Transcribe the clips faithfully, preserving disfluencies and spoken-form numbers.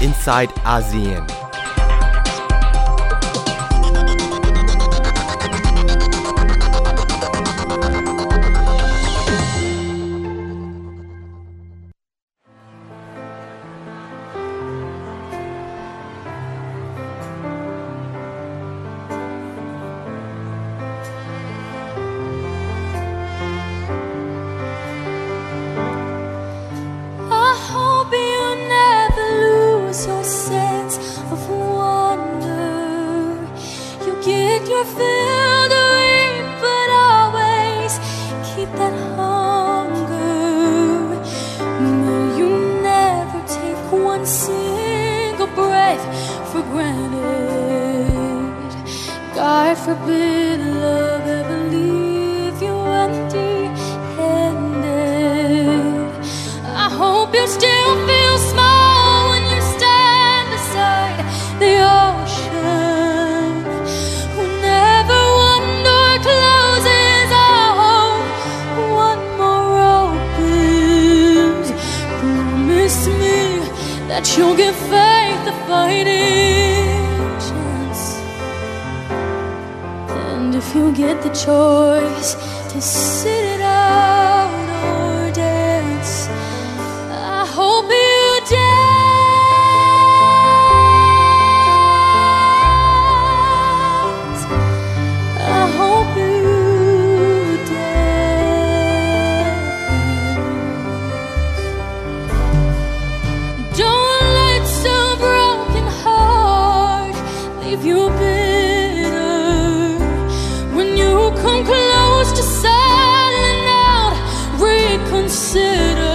inside ASEAN. God forbid love ever leave you empty-handed. I hope you still feel small when you stand beside the ocean. Whenever one door closes, I hope one more opens. Promise me that you'll give faith a fighting chance. And if you get the choice to sit it out or dance, I hope you dance. I hope you dance. Don't let some broken heart leave you bitter when you come close to selling out. Reconsider.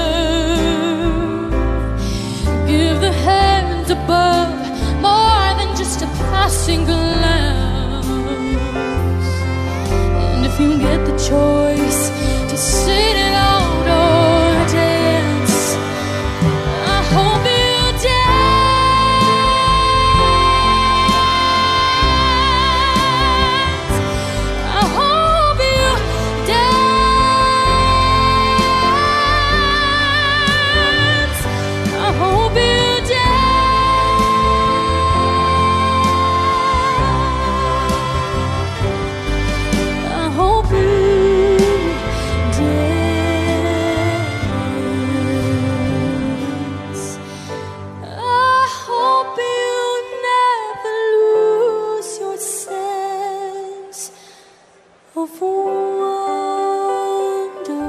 Give the heavens above more than just a passing glance. And if you get the choice to sit it out or dance, I hope you dance. I hope you dance. I hope you dance. I hope you dance. I hope you never lose your sense of wonder.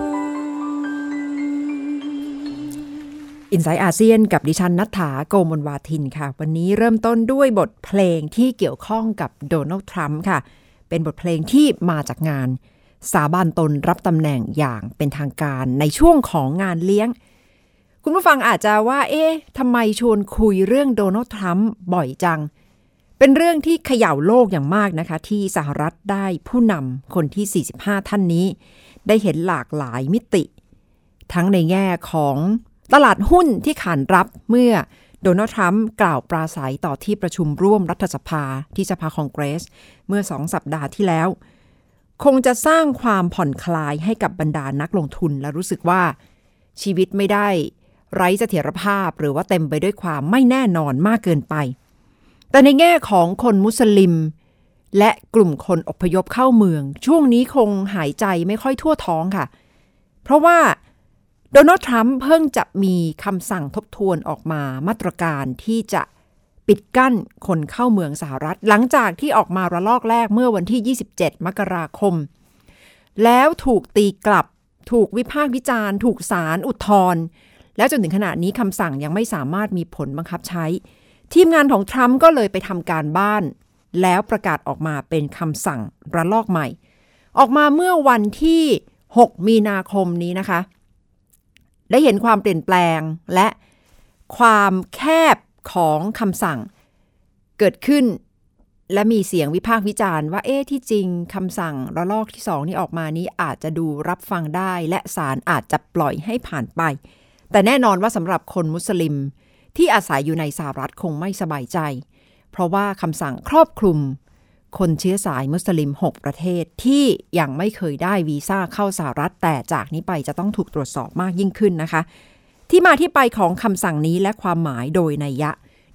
Inside อาเซียนกับดิฉันณัฐฐา โกมลวาทินค่ะ วันนี้เริ่มต้นด้วยบทเพลงที่เกี่ยวข้องกับโดนัลด์ทรัมป์ค่ะ เป็นบทเพลงที่มาจากงานสาบานตนรับตำแหน่งอย่างเป็นทางการในช่วงของงานเลี้ยง คุณผู้ฟังอาจจะว่าเอ๊ะทำไมชวนคุยเรื่องโดนัลด์ทรัมป์บ่อยจัง เป็นเรื่องที่เขย่าโลกอย่างมากนะคะที่สหรัฐได้ผู้นำคนที่สี่สิบห้าท่านนี้ได้เห็นหลากหลายมิติ ทั้งในแง่ของตลาดหุ้นที่ขานรับเมื่อโดนัลด์ทรัมป์กล่าวปราศัยต่อที่ประชุมร่วมรัฐสภาที่สภาคองเกรสเมื่อสองสัปดาห์ที่แล้ว คงจะสร้างความผ่อนคลายให้กับบรรดานักลงทุนและรู้สึกว่าชีวิตไม่ได้ไร้เสถียรภาพหรือว่าเต็มไปด้วยความไม่แน่นอนมากเกินไป แต่ในแง่ของคนมุสลิมและกลุ่มคนอพยพเข้าเมืองช่วงนี้คงหายใจไม่ค่อยทั่วท้องค่ะเพราะว่าโดนัลด์ทรัมป์เพิ่งจะมีคำสั่งทบทวนออกมามาตรการที่จะปิดกั้นคนเข้าเมืองสหรัฐหลังจากที่ออกมาระลอกแรกเมื่อวันที่ยี่สิบเจ็ดมกราคมแล้วถูกตีกลับถูกวิพากษ์วิจารณ์ถูกศาลอุทธรณ์และจนถึงขณะนี้คำสั่งยังไม่สามารถมีผลบังคับใช้ทีมงานของทรัมป์ก็เลยไปทำการบ้านแล้วประกาศออกมาเป็นคำสั่งระลอกใหม่ออกมาเมื่อวันที่หกมีนาคมนี้นะคะได้เห็นความเปลี่ยนแปลงและความแคบของคำสั่งเกิดขึ้นและมีเสียงวิพากษ์วิจารณ์ว่าเอ๊ะที่จริงคำสั่งระลอกที่สองนี้ออกมานี้อาจจะดูรับฟังได้และศาลอาจจะปล่อยให้ผ่านไปแต่แน่นอนว่าสำหรับคนมุสลิมที่อาศัยอยู่ในสหรัฐคงไม่สบายใจเพราะว่าคำสั่งครอบคลุมคนเชื้อสายมุสลิมหกประเทศที่ยังไม่เคยได้วีซ่าเข้าสหรัฐแต่จากนี้ไปจะต้องถูกตรวจสอบมากยิ่งขึ้นนะคะที่มาที่ไปของคำสั่งนี้และความหมายโดยนัยยะ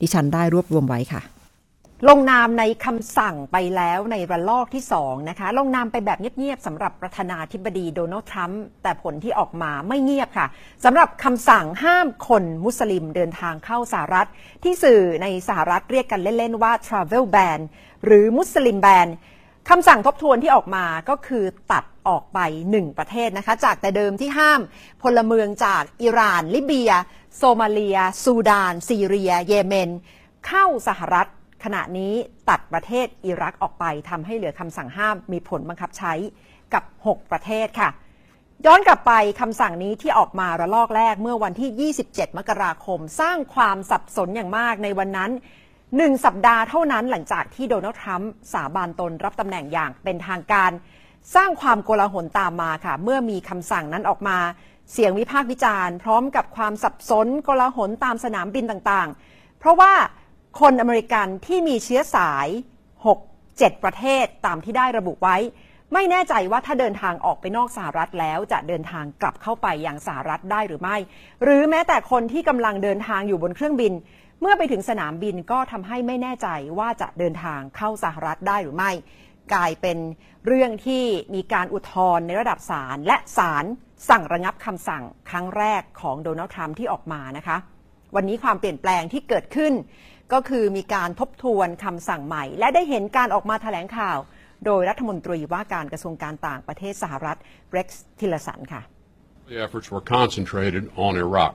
ดิฉันได้รวบรวมไว้ค่ะลงนามในคำสั่งไปแล้วในระลอกที่สองนะคะลงนามไปแบบเงียบๆสำหรับประธานาธิบดีโดนัลด์ทรัมป์แต่ผลที่ออกมาไม่เงียบค่ะสำหรับคำสั่งห้ามคนมุสลิมเดินทางเข้าสหรัฐที่สื่อในสหรัฐเรียกกันเล่นๆว่า travel ban หรือมุสลิม ban คำสั่งทบทวนที่ออกมาก็คือตัดออกไปหนึ่งประเทศนะคะจากแต่เดิมที่ห้ามพลเมืองจากอิหร่านลิเบียโซมาเลียซูดานซีเรียเยเมนเข้าสหรัฐขณะนี้ตัดประเทศอิรักออกไปทำให้เหลือคำสั่งห้ามมีผลบังคับใช้กับหกประเทศค่ะย้อนกลับไปคำสั่งนี้ที่ออกมาระลอกแรกเมื่อวันที่ยี่สิบเจ็ดมกราคมสร้างความสับสนอย่างมากในวันนั้นหนึ่งสัปดาห์เท่านั้นหลังจากที่โดนัลด์ทรัมป์สาบานตนรับตำแหน่งอย่างเป็นทางการสร้างความโกลาหลตามมาค่ะเมื่อมีคำสั่งนั้นออกมาเสียงวิพากษ์วิจารณ์พร้อมกับความสับสนโกลาหลตามสนามบินต่างๆเพราะว่าคนอเมริกันที่มีเชื้อสาย หกเจ็ด ประเทศตามที่ได้ระบุไว้ไม่แน่ใจว่าถ้าเดินทางออกไปนอกสหรัฐแล้วจะเดินทางกลับเข้าไปยังสหรัฐได้หรือไม่หรือแม้แต่คนที่กำลังเดินทางอยู่บนเครื่องบินเมื่อไปถึงสนามบินก็ทำให้ไม่แน่ใจว่าจะเดินทางเข้าสหรัฐได้หรือไม่กลายเป็นเรื่องที่มีการอุทธรณ์ในระดับศาลและศาลสั่งระงับคำสั่งครั้งแรกของโดนัลด์ทรัมป์ที่ออกมานะคะวันนี้ความเปลี่ยนแปลงที่เกิดขึ้นก็คือมีการทบทวนคำสั่งใหม่และได้เห็นการออกมาแถลงข่าวโดยรัฐมนตรีว่าการกระทรวงการต่างประเทศสหรัฐเร็กซ์ทิลเลอร์สันค่ะ The efforts were concentrated on Iraq.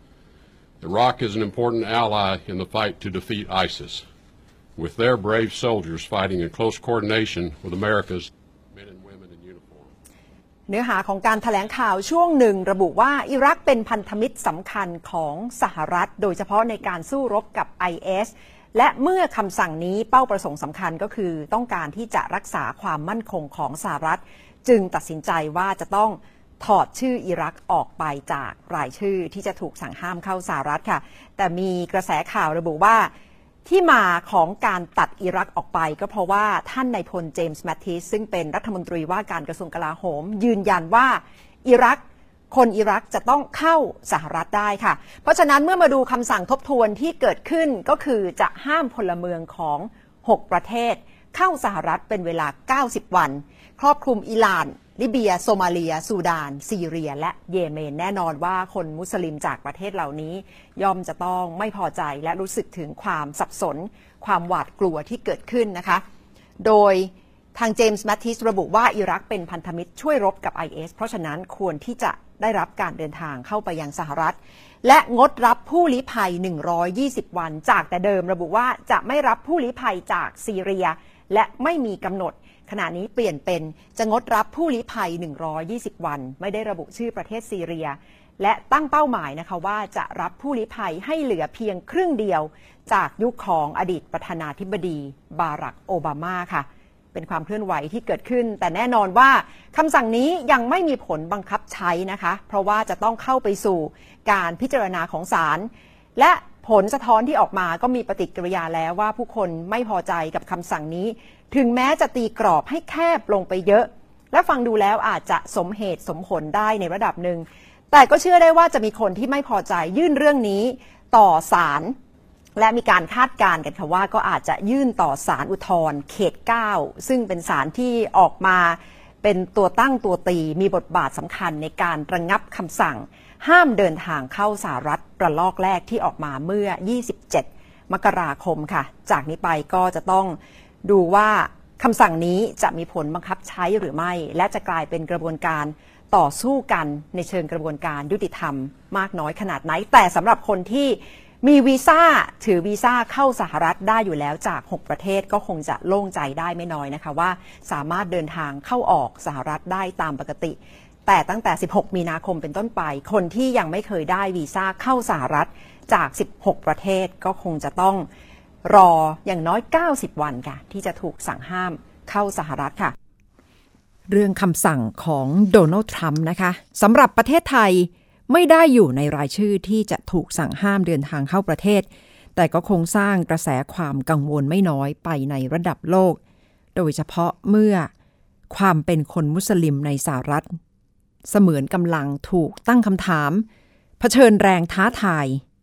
Iraq is an important ally in the fight to defeat ISIS, with their brave soldiers fighting in close coordination with America's men and women in uniform. เนื้อหาของการแถลงข่าวช่วงหนึ่งระบุว่าอิรักเป็นพันธมิตรสำคัญของสหรัฐโดยเฉพาะในการสู้รบกับ ไอ เอส และเมื่อคำสั่งนี้เป้าประสงค์สำคัญก็คือต้องการที่จะรักษาความมั่นคงของสหรัฐจึงตัดสินใจว่าจะต้องถอดชื่ออิรักออกไปจากรายชื่อที่จะถูกสั่งห้ามเข้าสหรัฐค่ะแต่มีกระแสข่าวระบุว่าที่มาของการตัดอิรักออกไปก็เพราะว่าท่านนายพลเจมส์แมททิสซึ่งเป็นรัฐมนตรีว่าการกระทรวงกลาโหมยืนยันว่าอิรักคนอิรักจะต้องเข้าสหรัฐได้ค่ะเพราะฉะนั้นเมื่อมาดูคำสั่งทบทวนที่เกิดขึ้นก็คือจะห้ามพลเมืองของหกประเทศเข้าสหรัฐเป็นเวลาเก้าสิบวันครอบคลุมอิหร่านลิเบียโซมาเลียซูดานซีเรียและเยเมนแน่นอนว่าคนมุสลิมจากประเทศเหล่านี้ย่อมจะต้องไม่พอใจและรู้สึกถึงความสับสนความหวาดกลัวที่เกิดขึ้นนะคะโดยทางเจมส์แมททิสระบุว่าอิรักเป็นพันธมิตรช่วยรบกับ ไอ เอส เพราะฉะนั้นควรที่จะได้รับการเดินทางเข้าไปยังสหรัฐและงดรับผู้ลี้ภัยหนึ่งร้อยยี่สิบวันจากแต่เดิมระบุว่าจะไม่รับผู้ลี้ภัยจากซีเรียและไม่มีกำหนดขณะนี้เปลี่ยนเป็นจะงดรับผู้ลี้ภัยหนึ่งร้อยยี่สิบวันไม่ได้ระบุชื่อประเทศซีเรียและตั้งเป้าหมายนะคะว่าจะรับผู้ลี้ภัยให้เหลือเพียงครึ่งเดียวจากยุคของอดีตประธานาธิบดีบารักโอบามาค่ะเป็นความเคลื่อนไหวที่เกิดขึ้นแต่แน่นอนว่าคำสั่งนี้ยังไม่มีผลบังคับใช้นะคะเพราะว่าจะต้องเข้าไปสู่การพิจารณาของศาลและผลสะท้อนที่ออกมาก็มีปฏิกิริยาแล้วว่าผู้คนไม่พอใจกับคำสั่งนี้ถึงแม้จะตีกรอบให้แคบลงไปเยอะและฟังดูแล้วอาจจะสมเหตุสมผลได้ในระดับหนึ่งแต่ก็เชื่อได้ว่าจะมีคนที่ไม่พอใจยื่นเรื่องนี้ต่อศาลและมีการคาดการณ์กันค่ะว่าก็อาจจะยื่นต่อศาลอุทธรณ์เขตเก้าซึ่งเป็นศาลที่ออกมาเป็นตัวตั้งตัวตีมีบทบาทสำคัญในการระงับคำสั่งห้ามเดินทางเข้าสหรัฐระลอกแรกที่ออกมาเมื่อยี่สิบเจ็ดมกราคมค่ะจากนี้ไปก็จะต้องดูว่าคำสั่งนี้จะมีผลบังคับใช้หรือไม่และจะกลายเป็นกระบวนการต่อสู้กันในเชิงกระบวนการยุติธรรมมากน้อยขนาดไหนแต่สำหรับคนที่มีวีซ่าถือวีซ่าเข้าสหรัฐได้อยู่แล้วจากหกประเทศก็คงจะโล่งใจได้ไม่น้อยนะคะว่าสามารถเดินทางเข้าออกสหรัฐได้ตามปกติแต่ตั้งแต่สิบหกมีนาคมเป็นต้นไปคนที่ยังไม่เคยได้วีซ่าเข้าสหรัฐจากสิบหกประเทศก็คงจะต้องรออย่างน้อยเก้าสิบวันค่ะที่จะถูกสั่งห้ามเข้าสหรัฐค่ะเรื่องคำสั่งของโดนัลด์ทรัมป์นะคะสำหรับประเทศไทยไม่ได้อยู่ในรายชื่อที่จะถูกสั่งห้ามเดินทางเข้าประเทศแต่ก็คงสร้างกระแสความกังวลไม่น้อยไปในระดับโลกโดยเฉพาะเมื่อความเป็นคนมุสลิมในสหรัฐเสมือนกำลังถูกตั้งคำถามเผชิญแรงท้าทาย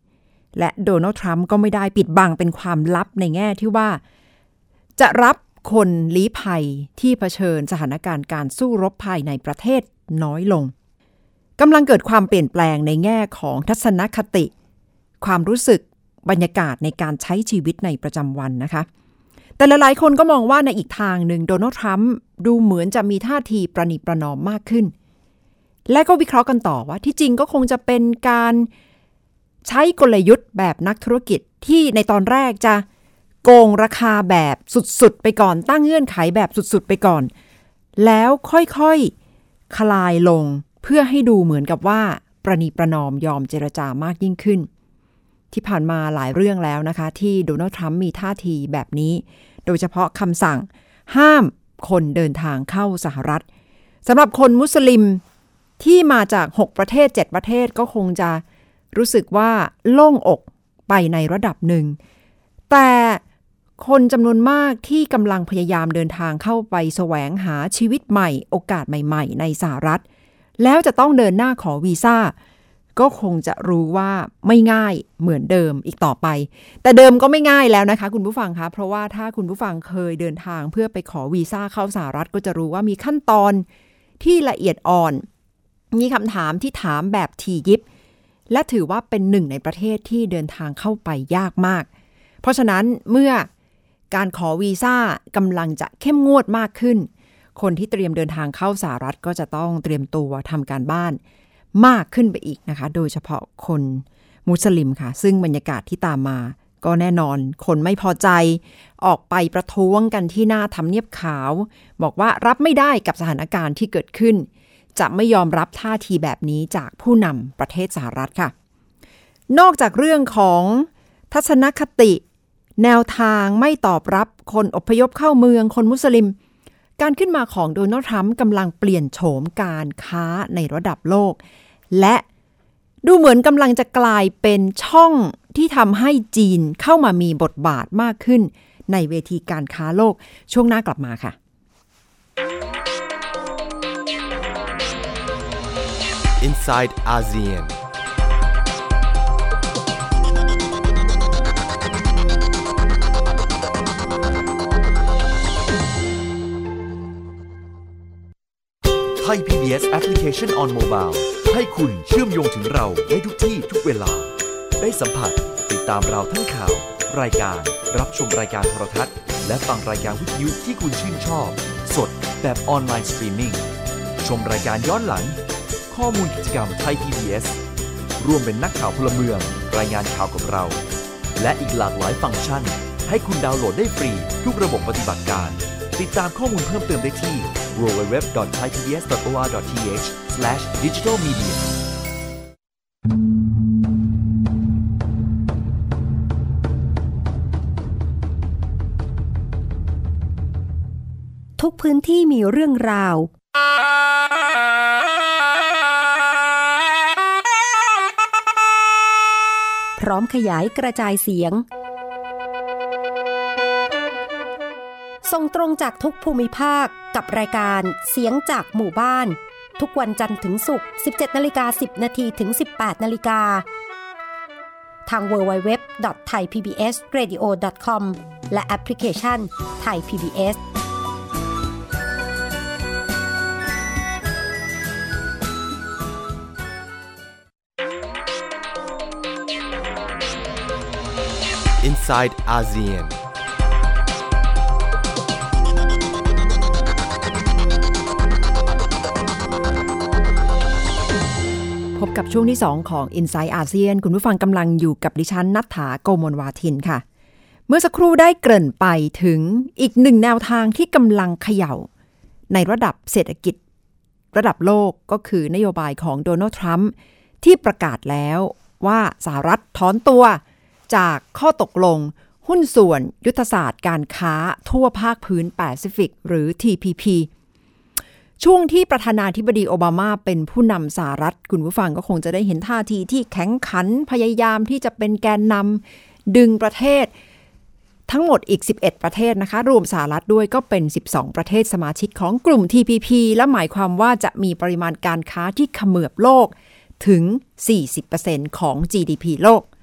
และโดนัลด์ทรัมป์ก็ไม่ได้ปิดบังเป็นความลับในแง่ที่ว่าจะรับคนลี้ภัยที่เผชิญสถานการณ์การสู้รบภายในประเทศน้อยลงกำลังเกิดความเปลี่ยนแปลงในแง่ของทัศนคติความรู้สึกบรรยากาศในการใช้ชีวิตในประจำวันนะคะแต่หลายๆคนก็มองว่าในอีกทางหนึ่งโดนัลด์ทรัมป์ดูเหมือนจะมีท่าทีประนีประนอมมากขึ้นและก็วิเคราะห์กันต่อว่าที่จริงก็คงจะเป็นการใช้กลยุทธ์แบบนักธุรกิจที่ในตอนแรกจะโกงราคาแบบสุดๆไปก่อนตั้งเงื่อนไขแบบสุดๆไปก่อนแล้วค่อยๆคลายลงเพื่อให้ดูเหมือนกับว่าประนีประนอมยอมเจรจามากยิ่งขึ้นที่ผ่านมาหลายเรื่องแล้วนะคะที่โดนัลด์ทรัมป์มีท่าทีแบบนี้โดยเฉพาะคำสั่งห้ามคนเดินทางเข้าสหรัฐสำหรับคนมุสลิมที่มาจากหกประเทศเจ็ดประเทศก็คงจะรู้สึกว่าโล่งอกไปในระดับหนึ่งแต่คนจำนวนมากที่กำลังพยายามเดินทางเข้าไปแสวงหาชีวิตใหม่โอกาสใหม่ๆในสหรัฐแล้วจะต้องเดินหน้าขอวีซ่าก็คงจะรู้ว่าไม่ง่ายเหมือนเดิมอีกต่อไปแต่เดิมก็ไม่ง่ายแล้วนะคะคุณผู้ฟังคะเพราะว่าถ้าคุณผู้ฟังเคยเดินทางเพื่อไปขอวีซ่าเข้าสหรัฐก็จะรู้ว่ามีขั้นตอนที่ละเอียดอ่อนมีคำถามที่ถามแบบถี่ยิบและถือว่าเป็นหนึ่งในประเทศที่เดินทางเข้าไปยากมากเพราะฉะนั้นเมื่อการขอวีซ่ากำลังจะเข้มงวดมากขึ้นคนที่เตรียมเดินทางเข้าสหรัฐก็จะต้องเตรียมตัวทำการบ้านมากขึ้นไปอีกนะคะโดยเฉพาะคนมุสลิมค่ะซึ่งบรรยากาศที่ตามมาก็แน่นอนคนไม่พอใจออกไปประท้วงกันที่หน้าทำเนียบขาวบอกว่ารับไม่ได้กับสถานการณ์ที่เกิดขึ้นจะไม่ยอมรับท่าทีแบบนี้จากผู้นำประเทศสหรัฐค่ะนอกจากเรื่องของทัศนคติแนวทางไม่ตอบรับคนอพยพเข้าเมืองคนมุสลิมการขึ้นมาของโดนัลด์ทรัมป์กำลังเปลี่ยนโฉมการค้าในระดับโลกและดูเหมือนกำลังจะกลายเป็นช่องที่ทำให้จีนเข้ามามีบทบาทมากขึ้นในเวทีการค้าโลกช่วงหน้ากลับมาค่ะ Inside อาเซียนไทย พี บี เอส Application on Mobile ให้คุณเชื่อมโยงถึงเราได้ทุกที่ทุกเวลาได้สัมผัสติดตามเราทั้งข่าวรายการรับชมรายการโทรทัศน์และฟังรายการวิทยุที่คุณชื่นชอบสดแบบออนไลน์สตรีมมิ่งชมรายการย้อนหลังข้อมูลกิจกรรมไทย พี บี เอส ร่วมเป็นนักข่าวพลเมืองรายงานข่าวกับเราและอีกหลากหลายฟังก์ชันให้คุณดาวน์โหลดได้ฟรีทุกระบบปฏิบัติการติดตามข้อมูลเพิ่มเติมได้ที่ ดับเบิลยู ดับเบิลยู ดับเบิลยู ดอท ไทย พี บี เอส ดอท โอ อาร์ ดอท ที เอช สแลช ดิจิทัล มีเดียทุกพื้นที่มีเรื่องราวพร้อมขยายกระจายเสียงส่งตรงจากทุกภูมิภาคกับรายการเสียงจากหมู่บ้านทุกวันจันทร์ถึงศุกร์ สิบเจ็ดนาฬิกาสิบนาที ถึง สิบแปดนาฬิกาทาง ดับเบิลยู ดับเบิลยู ดับเบิลยู ดอท ไทย พี บี เอส เรดิโอ ดอท คอม และแอปพลิเคชัน Thai พี บี เอส Inside อาเซียนพบกับช่วงที่สองของ Inside อาเซียนคุณผู้ฟังกำลังอยู่กับดิฉันณัฐฐา โกมลวาทินค่ะเมื่อสักครู่ได้เกริ่นไปถึงอีกหนึ่งแนวทางที่กำลังเขย่าในระดับเศรษฐกิจระดับโลกก็คือนโยบายของโดนัลด์ทรัมป์ที่ประกาศแล้วว่าสหรัฐถอนตัวจากข้อตกลงหุ้นส่วนยุทธศาสตร์การค้าทั่วภาคพื้นแปซิฟิกหรือ ที พี พี ช่วงที่ประธานาธิบดีโอบามาเป็นผู้นำสหรัฐคุณผู้ฟังก็คงจะได้เห็นท่าทีที่แข็งขันพยายามที่จะเป็นแกนนำดึงประเทศทั้งหมดอีกสิบเอ็ดประเทศนะคะรวมสหรัฐด้วยก็เป็นสิบสองประเทศสมาชิกของกลุ่ม ที พี พี และหมายความว่าจะมีปริมาณการค้าที่เขมือบโลกถึง สี่สิบเปอร์เซ็นต์ ของ จี ดี พี โลก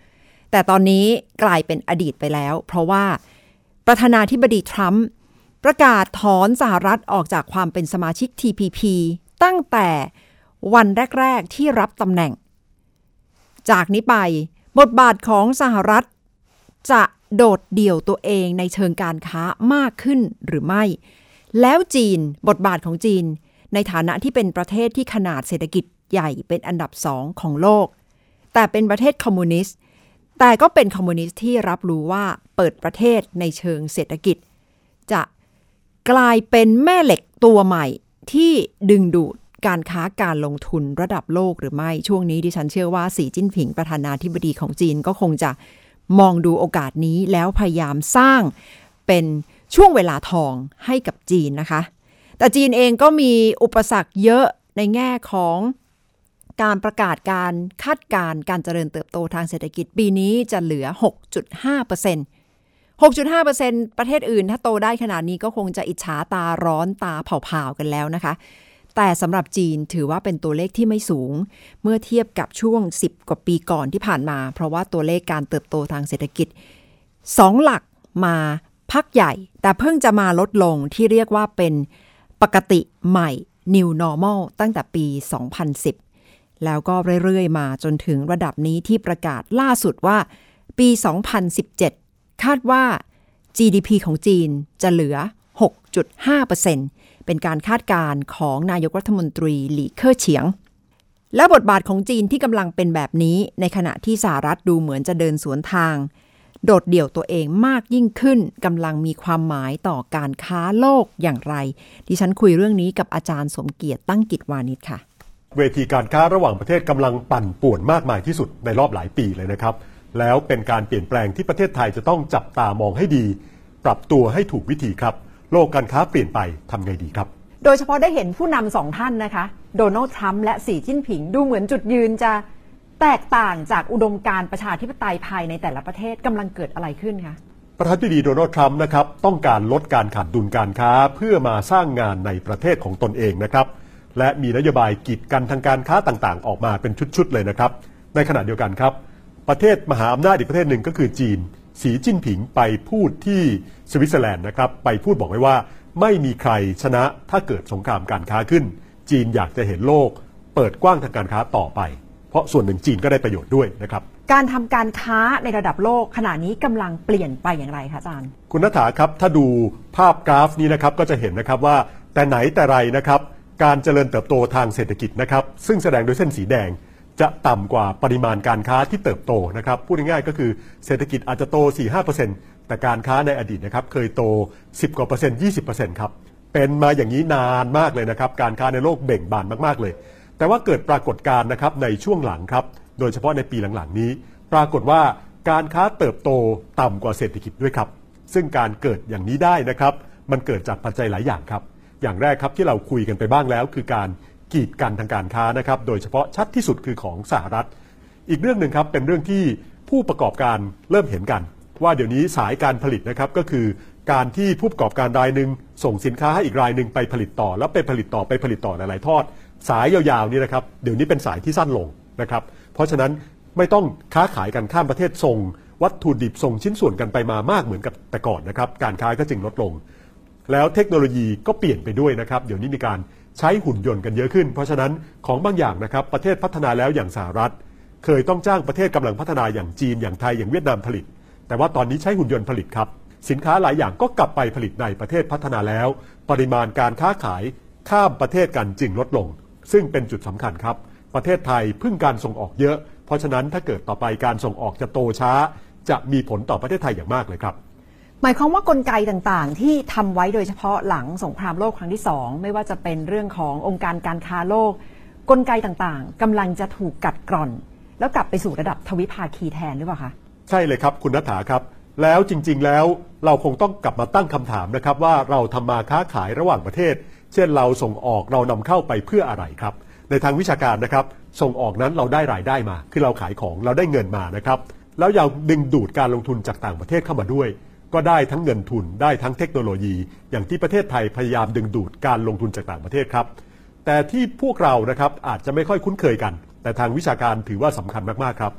แต่ตอนนี้กลายเป็นอดีตไปแล้วเพราะว่าประธานาธิบดีทรัมป์ประกาศถอนสหรัฐออกจากความเป็นสมาชิก ที พี พี ตั้งแต่วันแรกๆที่รับตำแหน่งจากนี้ไปบทบาทของสหรัฐจะโดดเดี่ยวตัวเองในเชิงการค้ามากขึ้นหรือไม่แล้วจีนบทบาทของจีนในฐานะที่เป็นประเทศที่ขนาดเศรษฐกิจใหญ่เป็นอันดับสองของโลกแต่เป็นประเทศคอมมิวนิสต์แต่ก็เป็นคอมมิวนิสต์ที่รับรู้ว่าเปิดประเทศในเชิงเศรษฐกิจจะกลายเป็นแม่เหล็กตัวใหม่ที่ดึงดูดการค้าการลงทุนระดับโลกหรือไม่ช่วงนี้ดิฉันเชื่อว่าสีจิ้นผิงประธานาธิบดีของจีนก็คงจะมองดูโอกาสนี้แล้วพยายามสร้างเป็นช่วงเวลาทองให้กับจีนนะคะแต่จีนเองก็มีอุปสรรคเยอะในแง่ของการประกาศการคาดการณ์การเจริญเติบโตทางเศรษฐกิจปีนี้จะเหลือ หกจุดห้าเปอร์เซ็นต์ หกจุดห้าเปอร์เซ็นต์ ประเทศอื่นถ้าโตได้ขนาดนี้ก็คงจะอิจฉาตาร้อนตาเผาๆกันแล้วนะคะแต่สำหรับจีนถือว่าเป็นตัวเลขที่ไม่สูงเมื่อเทียบกับช่วงสิบกว่าปีก่อนที่ผ่านมาเพราะว่าตัวเลขการเติบโตทางเศรษฐกิจสองหลักมาพักใหญ่แต่เพิ่งจะมาลดลงที่เรียกว่าเป็นปกติใหม่ New Normal ตั้งแต่ปี สองพันสิบ แล้วก็เรื่อยๆมาจนถึงระดับนี้ที่ประกาศล่าสุดว่าปี สองพันสิบเจ็ด คาดว่า จี ดี พี ของจีนจะเหลือ หกจุดห้าเปอร์เซ็นต์ เป็นการคาดการณ์ของนายกรัฐมนตรีหลี่เค่อเฉียงและบทบาทของจีนที่กำลังเป็นแบบนี้ในขณะที่สหรัฐดูเหมือนจะเดินสวนทางโดดเดี่ยวตัวเองมากยิ่งขึ้นกำลังมีความหมายต่อการค้าโลกอย่างไรดิฉันคุยเรื่องนี้กับอาจารย์สมเกียรติตั้งกิจวานิชค่ะเวทีการค้าระหว่างประเทศกำลังปั่นป่วนมากมายที่สุดในรอบหลายปีเลยนะครับแล้วเป็นการเปลี่ยนแปลงที่ประเทศไทยจะต้องจับตามองให้ดีปรับตัวให้ถูกวิธีครับโลกการค้าเปลี่ยนไปทำไงดีครับโดยเฉพาะได้เห็นผู้นำสองท่านนะคะโดนัลด์ทรัมป์และสีจิ้นผิงดูเหมือนจุดยืนจะแตกต่างจากอุดมการณ์ประชาธิปไตยภายในแต่ละประเทศกำลังเกิดอะไรขึ้นคะประธานาธิบดีโดนัลด์ทรัมป์นะครับต้องการลดการขาดดุลการค้าเพื่อมาสร้างงานในประเทศของตนเองนะครับและมีนโยบายกีดกันทางการค้าต่างๆออกมาเป็นชุดๆเลยนะครับในขณะเดียวกันครับประเทศมหาอำนาจอีกประเทศหนึ่งก็คือจีนสีจิ้นผิงไปพูดที่สวิตเซอร์แลนด์นะครับไปพูดบอกไว้ว่าไม่มีใครชนะถ้าเกิดสงครามการค้าขึ้นจีนอยากจะเห็นโลกเปิดกว้างทางการค้าต่อไปเพราะส่วนหนึ่งจีนก็ได้ประโยชน์ด้วยนะครับการทำการค้าในระดับโลกขณะนี้กำลังเปลี่ยนไปอย่างไรคะอาจารย์คุณณฐาครับถ้าดูภาพกราฟนี้นะครับก็จะเห็นนะครับว่าแต่ไหนแต่ไรนะครับการเจริญเติบโตทางเศรษฐกิจนะครับซึ่งแสดงด้วยเส้นสีแดงจะต่ำกว่าปริมาณการค้าที่เติบโตนะครับพูดง่ายๆก็คือเศรษฐกิจอาจจะโต สี่ถึงห้าเปอร์เซ็นต์ แต่การค้าในอดีตนะครับเคยโตสิบกว่าเปอร์เซ็นต์ ยี่สิบเปอร์เซ็นต์ครับเป็นมาอย่างนี้นานมากเลยนะครับการค้าในโลกเบ่งบานมากๆเลยแต่ว่าเกิดปรากฏการณ์นะครับในช่วงหลังครับโดยเฉพาะในปีหลังๆนี้ปรากฏว่าการค้าเติบโตต่ำกว่าเศรษฐกิจด้วยครับซึ่งการเกิดอย่างนี้ได้นะครับมันเกิดจากปัจจัยหลายอย่างครับอย่างแรกครับที่เราคุยกันไปบ้างแล้วคือการกีดกันทางการค้านะครับโดยเฉพาะชัดที่สุดคือของสหรัฐอีกเรื่องหนึ่งครับเป็นเรื่องที่ผู้ประกอบการเริ่มเห็นกันว่าเดี๋ยวนี้สายการผลิตนะครับก็คือการที่ผู้ประกอบการรายหนึ่งส่งสินค้าให้อีกรายหนึ่งไปผลิตต่อแล้วไปผลิตต่อไปผลิตต่อหลายๆทอดสายยาวๆนี่นะครับเดี๋ยวนี้เป็นสายที่สั้นลงนะครับเพราะฉะนั้นไม่ต้องค้าขายกันข้ามประเทศส่งวัตถุดิบส่งชิ้นส่วนกันไปมามากเหมือนกับแต่ก่อนนะครับการค้าก็จึงลดลงแล้วเทคโนโลยีก็เปลี่ยนไปด้วยนะครับเดี๋ยวนี้มีการใช้หุ่นยนต์กันเยอะขึ้นเพราะฉะนั้นของบางอย่างนะครับประเทศพัฒนาแล้วอย่างสหรัฐเคยต้องจ้างประเทศกำลังพัฒนาอย่างจีนอย่างไทยอย่างเวียดนามผลิตแต่ว่าตอนนี้ใช้หุ่นยนต์ผลิตครับสินค้าหลายอย่างก็กลับไปผลิตในประเทศพัฒนาแล้วปริมาณการค้าขายข้ามประเทศกันจึงลดลงซึ่งเป็นจุดสำคัญครับประเทศไทยพึ่งการส่งออกเยอะเพราะฉะนั้นถ้าเกิดต่อไปการส่งออกจะโตช้าจะมีผลต่อประเทศไทยอย่างมากเลยครับหมายความว่ากลไกต่างๆที่ทำไว้โดยเฉพาะหลังสงครามโลกครั้งที่สองไม่ว่าจะเป็นเรื่องขององค์การการค้าโลกกลไกต่างๆกำลังจะถูกกัดกร่อนแล้วกลับไปสู่ระดับทวิภาคีแทนหรือเปล่าคะใช่เลยครับคุณณฐาครับแล้วจริงๆแล้วเราคงต้องกลับมาตั้งคำถามนะครับว่าเราทำมาค้าขายระหว่างประเทศเช่นเราส่งออกเรานำเข้าไปเพื่ออะไรครับในทางวิชาการนะครับส่งออกนั้นเราได้รายได้มาคือเราขายของเราได้เงินมานะครับแล้วยังดึงดูดการลงทุนจากต่างประเทศเข้ามาด้วยก็ได้ทั้งเงินทุนได้ทั้งเทคโนโลยีอย่างที่ประเทศไทยพยายามดึงดูดการลงทุนจากต่างประเทศครับแต่ที่พวกเรานะครับอาจจะไม่ค่อยคุ้นเคยกันแต่ทางวิชาการถือว่าสำคัญมากๆครับ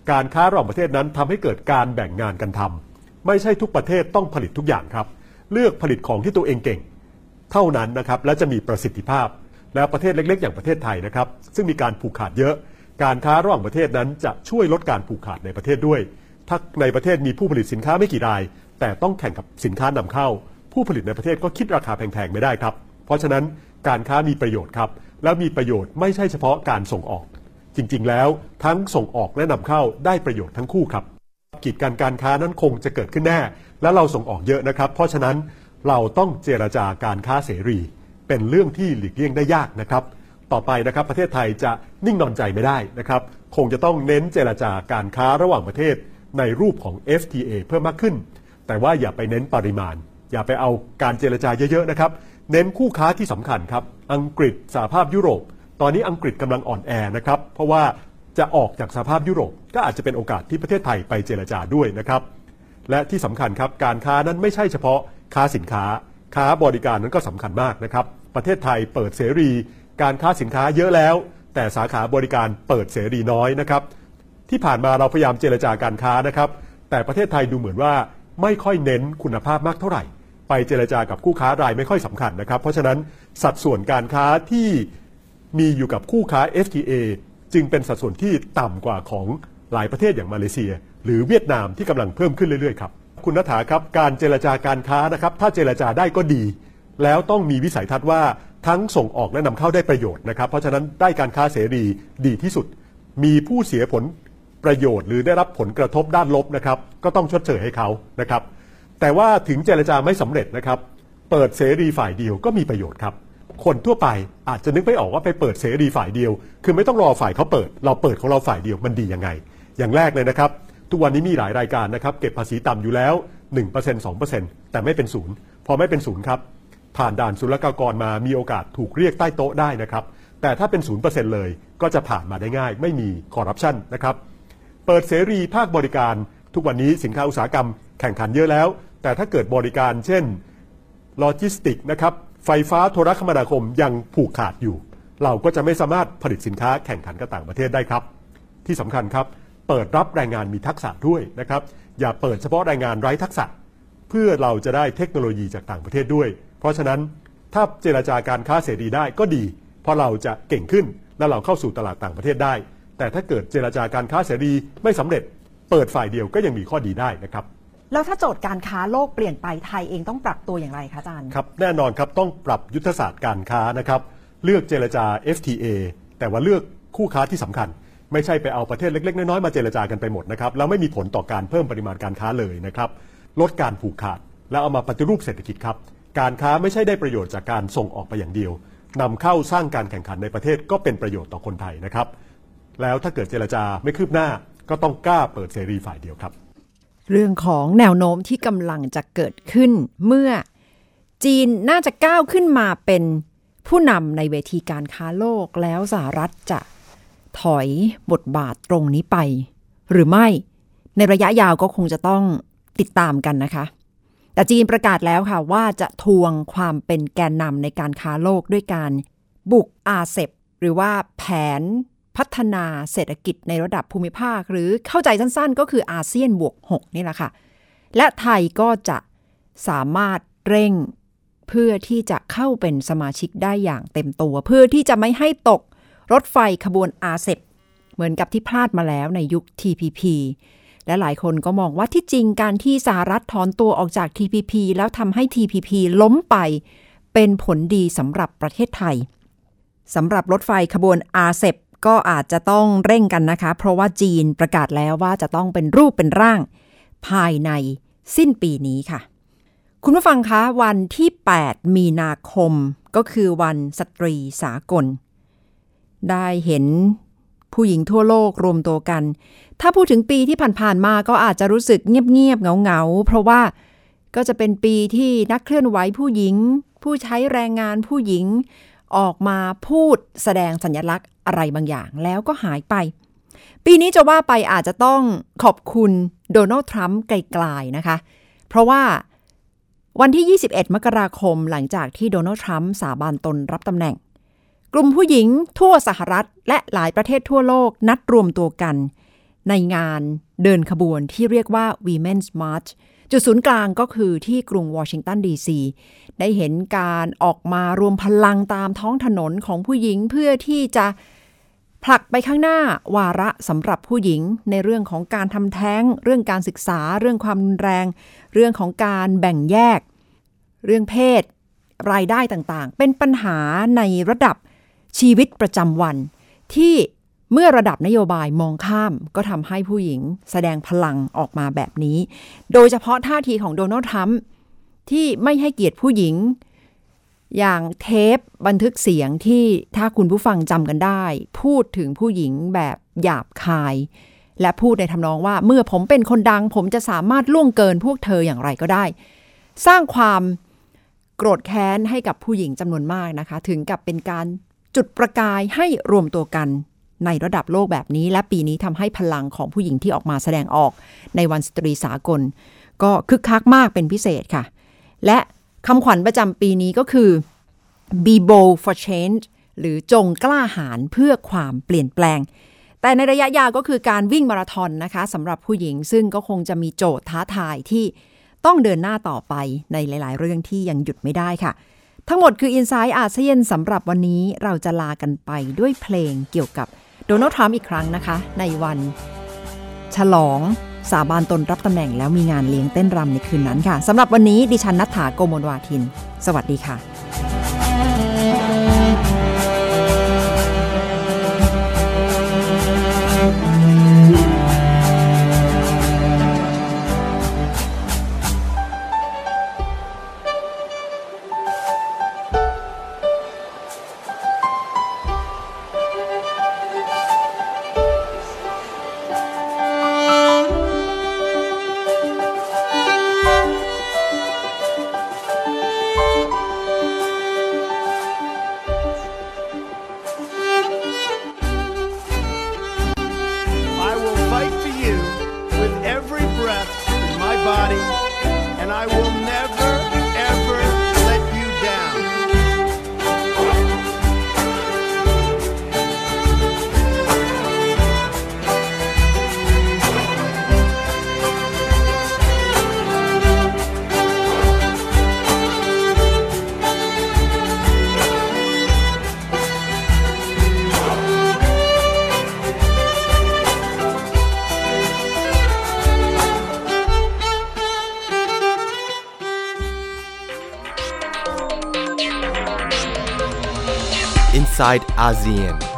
การค้าระหว่างประเทศนั้นทำให้เกิดการแบ่งงานกันทำไม่ใช่ทุกประเทศต้องผลิตทุกอย่างครับเลือกผลิตของที่ตัวเองเก่งเท่านั้นนะครับและจะมีประสิทธิภาพแล้วประเทศเล็กๆอย่างประเทศไทยนะครับซึ่งมีการผูกขาดเยอะการค้าระหว่างประเทศนั้นจะช่วยลดการผูกขาดในประเทศด้วยถ้าในประเทศมีผู้ผลิตสินค้าไม่กี่รายแต่ต้องแข่งกับสินค้านำเข้าผู้ผลิตในประเทศก็คิดราคาแพงๆไม่ได้ครับเพราะฉะนั้นการค้ามีประโยชน์ครับแล้วมีประโยชน์ไม่ใช่เฉพาะการส่งออกจริงๆแล้วทั้งส่งออกและนำเข้าได้ประโยชน์ทั้งคู่ครับกีดกันการค้านั้นคงจะเกิดขึ้นแน่และเราส่งออกเยอะนะครับเพราะฉะนั้นเราต้องเจรจาการค้าเสรีเป็นเรื่องที่หลีกเลี่ยงได้ยากนะครับต่อไปนะครับประเทศไทยจะนิ่งนอนใจไม่ได้นะครับคงจะต้องเน้นเจรจาการค้าระหว่างประเทศในรูปของ เอฟ ที เอ เพิ่มมากขึ้นแต่ว่าอย่าไปเน้นปริมาณอย่าไปเอาการเจรจาเยอะๆนะครับเน้นคู่ค้าที่สำคัญครับอังกฤษสหภาพยุโรปตอนนี้อังกฤษกำลังอ่อนแอนะครับเพราะว่าจะออกจากสหภาพยุโรปก็อาจจะเป็นโอกาสที่ประเทศไทยไปเจรจาด้วยนะครับและที่สำคัญครับการค้านั้นไม่ใช่เฉพาะค้าสินค้าค้าบริการนั้นก็สำคัญมากนะครับประเทศไทยเปิดเสรีการค้าสินค้าเยอะแล้วแต่สาขาบริการเปิดเสรีน้อยนะครับที่ผ่านมาเราพยายามเจรจาการค้านะครับแต่ประเทศไทยดูเหมือนว่าไม่ค่อยเน้นคุณภาพมากเท่าไหร่ไปเจรจากับคู่ค้ารายไม่ค่อยสำคัญนะครับเพราะฉะนั้นสัดส่วนการค้าที่มีอยู่กับคู่ค้า เอฟ ที เอ จึงเป็นสัดส่วนที่ต่ำกว่าของหลายประเทศอย่างมาเลเซียหรือเวียดนามที่กำลังเพิ่มขึ้นเรื่อยๆครับคุณณฐาครับการเจรจาการค้านะครับถ้าเจรจาได้ก็ดีแล้วต้องมีวิสัยทัศน์ว่าทั้งส่งออกและนำเข้าได้ประโยชน์นะครับเพราะฉะนั้นได้การค้าเสรีดีที่สุดมีผู้เสียผลประโยชน์หรือได้รับผลกระทบด้านลบนะครับก็ต้องชดเชยให้เขานะครับแต่ว่าถึงเจรจาไม่สำเร็จนะครับเปิดเสรีฝ่ายเดียวก็มีประโยชน์ครับคนทั่วไปอาจจะนึกไม่ออกว่าไปเปิดเสรีฝ่ายเดียวคือไม่ต้องรอฝ่ายเขาเปิดเราเปิดของเราฝ่ายเดียวมันดียังไงอย่างแรกเลยนะครับทุกวันนี้มีหลายรายการนะครับเก็บภาษีต่ำอยู่แล้ว หนึ่งเปอร์เซ็นต์ สองเปอร์เซ็นต์ แต่ไม่เป็นศูนย์พอไม่เป็นศูนย์ครับผ่านด่านศุลกากรมามีโอกาสถูกเรียกใต้โต๊ะได้นะครับแต่ถ้าเป็น ศูนย์เปอร์เซ็นต์ เลยก็จะผ่านมาได้ง่ายไม่มีคอร์รัปชันนะครับเปิดเสรีภาคบริการทุกวันนี้สินค้าอุตสาหกรรมแข่งขันเยอะแล้วแต่ถ้าเกิดบริการเช่นโลจิสติกนะครับไฟฟ้าโทรคมนาคมยังผูกขาดอยู่เราก็จะไม่สามารถผลิตสินค้าแข่งขันกับต่างประเทศได้ครับที่สำคัญครับเปิดรับแรงงานมีทักษะด้วยนะครับอย่าเปิดเฉพาะแรงงานไร้ทักษะเพื่อเราจะได้เทคโนโลยีจากต่างประเทศด้วยเพราะฉะนั้นถ้าเจรจาการค้าเสรีได้ก็ดีเพราะเราจะเก่งขึ้นและเราเข้าสู่ตลาดต่างประเทศได้แต่ถ้าเกิดเจรจาการค้าเสรีไม่สำเร็จเปิดฝ่ายเดียวก็ยังมีข้อดีได้นะครับแล้วถ้าโจทย์การค้าโลกเปลี่ยนไปไทยเองต้องปรับตัวอย่างไรคะอาจารย์ครับแน่นอนครับต้องปรับยุทธศาสตร์การค้านะครับเลือกเจรจา เอฟ ที เอ แต่ว่าเลือกคู่ค้าที่สำคัญไม่ใช่ไปเอาประเทศเล็กๆน้อยๆมาเจรจากันไปหมดนะครับแล้วไม่มีผลต่อการเพิ่มปริมาณการค้าเลยนะครับลดการผูกขาดแล้วเอามาปฏิรูปเศรษฐกิจครับการค้าไม่ใช่ได้ประโยชน์จากการส่งออกไปอย่างเดียวนำเข้าสร้างการแข่งขันในประเทศก็เป็นประโยชน์ต่อคนไทยนะครับแล้วถ้าเกิดเจรจาไม่คืบหน้าก็ต้องกล้าเปิดเสรีฝ่ายเดียวครับเรื่องของแนวโน้มที่กำลังจะเกิดขึ้นเมื่อจีนน่าจะก้าวขึ้นมาเป็นผู้นำในเวทีการค้าโลกแล้วสหรัฐจะถอยบทบาทตรงนี้ไปหรือไม่ในระยะยาวก็คงจะต้องติดตามกันนะคะแต่จีนประกาศแล้วค่ะว่าจะทวงความเป็นแกนนำในการค้าโลกด้วยการบุกอาเซปหรือว่าแผนพัฒนาเศรษฐกิจในระดับภูมิภาคหรือเข้าใจสั้นๆก็คืออาเซียนบวกหกนี่แหละค่ะและไทยก็จะสามารถเร่งเพื่อที่จะเข้าเป็นสมาชิกได้อย่างเต็มตัวเพื่อที่จะไม่ให้ตกรถไฟขบวนอาเซปเหมือนกับที่พลาดมาแล้วในยุค ที พี พี และหลายคนก็มองว่าที่จริงการที่สหรัฐถอนตัวออกจาก ที พี พี แล้วทำให้ ที พี พี ล้มไปเป็นผลดีสำหรับประเทศไทยสำหรับรถไฟขบวนอาเซปก็อาจจะต้องเร่งกันนะคะเพราะว่าจีนประกาศแล้วว่าจะต้องเป็นรูปเป็นร่างภายในสิ้นปีนี้ค่ะคุณผู้ฟังคะวันที่แปดมีนาคมก็คือวันสตรีสากลได้เห็นผู้หญิงทั่วโลกรวมตัวกันถ้าพูดถึงปีที่ผ่านๆมาก็อาจจะรู้สึกเงียบๆเหงาๆเพราะว่าก็จะเป็นปีที่นักเคลื่อนไหวผู้หญิงผู้ใช้แรงงานผู้หญิงออกมาพูดแสดงสัญลักษณ์อะไรบางอย่างแล้วก็หายไปปีนี้จะว่าไปอาจจะต้องขอบคุณโดนัลด์ทรัมป์ไกลๆนะคะเพราะว่าวันที่ยี่สิบเอ็ดมกราคมหลังจากที่โดนัลด์ทรัมป์สาบานตนรับตำแหน่งกลุ่มผู้หญิงทั่วสหรัฐและหลายประเทศทั่วโลกนัดรวมตัวกันในงานเดินขบวนที่เรียกว่า Women's March จุดศูนย์กลางก็คือที่กรุงวอชิงตันดีซีได้เห็นการออกมารวมพลังตามท้องถนนของผู้หญิงเพื่อที่จะผลักไปข้างหน้าวาระสำหรับผู้หญิงในเรื่องของการทำแท้งเรื่องการศึกษาเรื่องความรุนแรงเรื่องของการแบ่งแยกเรื่องเพศรายได้ต่างๆเป็นปัญหาในระดับชีวิตประจำวันที่เมื่อระดับนโยบายมองข้ามก็ทำให้ผู้หญิงแสดงพลังออกมาแบบนี้โดยเฉพาะท่าทีของโดนัลด์ทรัมป์ที่ไม่ให้เกียรติผู้หญิงอย่างเทปบันทึกเสียงที่ถ้าคุณผู้ฟังจำกันได้พูดถึงผู้หญิงแบบหยาบคายและพูดในทำนองว่าเมื่อผมเป็นคนดังผมจะสามารถล่วงเกินพวกเธออย่างไรก็ได้สร้างความโกรธแค้นให้กับผู้หญิงจำนวนมากนะคะถึงกับเป็นการจุดประกายให้รวมตัวกันในระดับโลกแบบนี้และปีนี้ทำให้พลังของผู้หญิงที่ออกมาแสดงออกในวันสตรีสากลก็คึกคักมากเป็นพิเศษค่ะและคำขวัญประจำปีนี้ก็คือ Be bold for change หรือจงกล้าหาญเพื่อความเปลี่ยนแปลงแต่ในระยะยาวก็คือการวิ่งมาราธอนนะคะสำหรับผู้หญิงซึ่งก็คงจะมีโจทย์ท้าทายที่ต้องเดินหน้าต่อไปในหลายๆเรื่องที่ยังหยุดไม่ได้ค่ะทั้งหมดคือ Inside อาเซียนสำหรับวันนี้เราจะลากันไปด้วยเพลงเกี่ยวกับโดนัลด์ทรัมป์อีกครั้งนะคะในวันฉลองสาบานตนรับตำแหน่งแล้วมีงานเลี้ยงเต้นรำในคืนนั้นค่ะสำหรับวันนี้ดิฉันณัฐฐา โกมลวาทินสวัสดีค่ะ Inside อาเซียน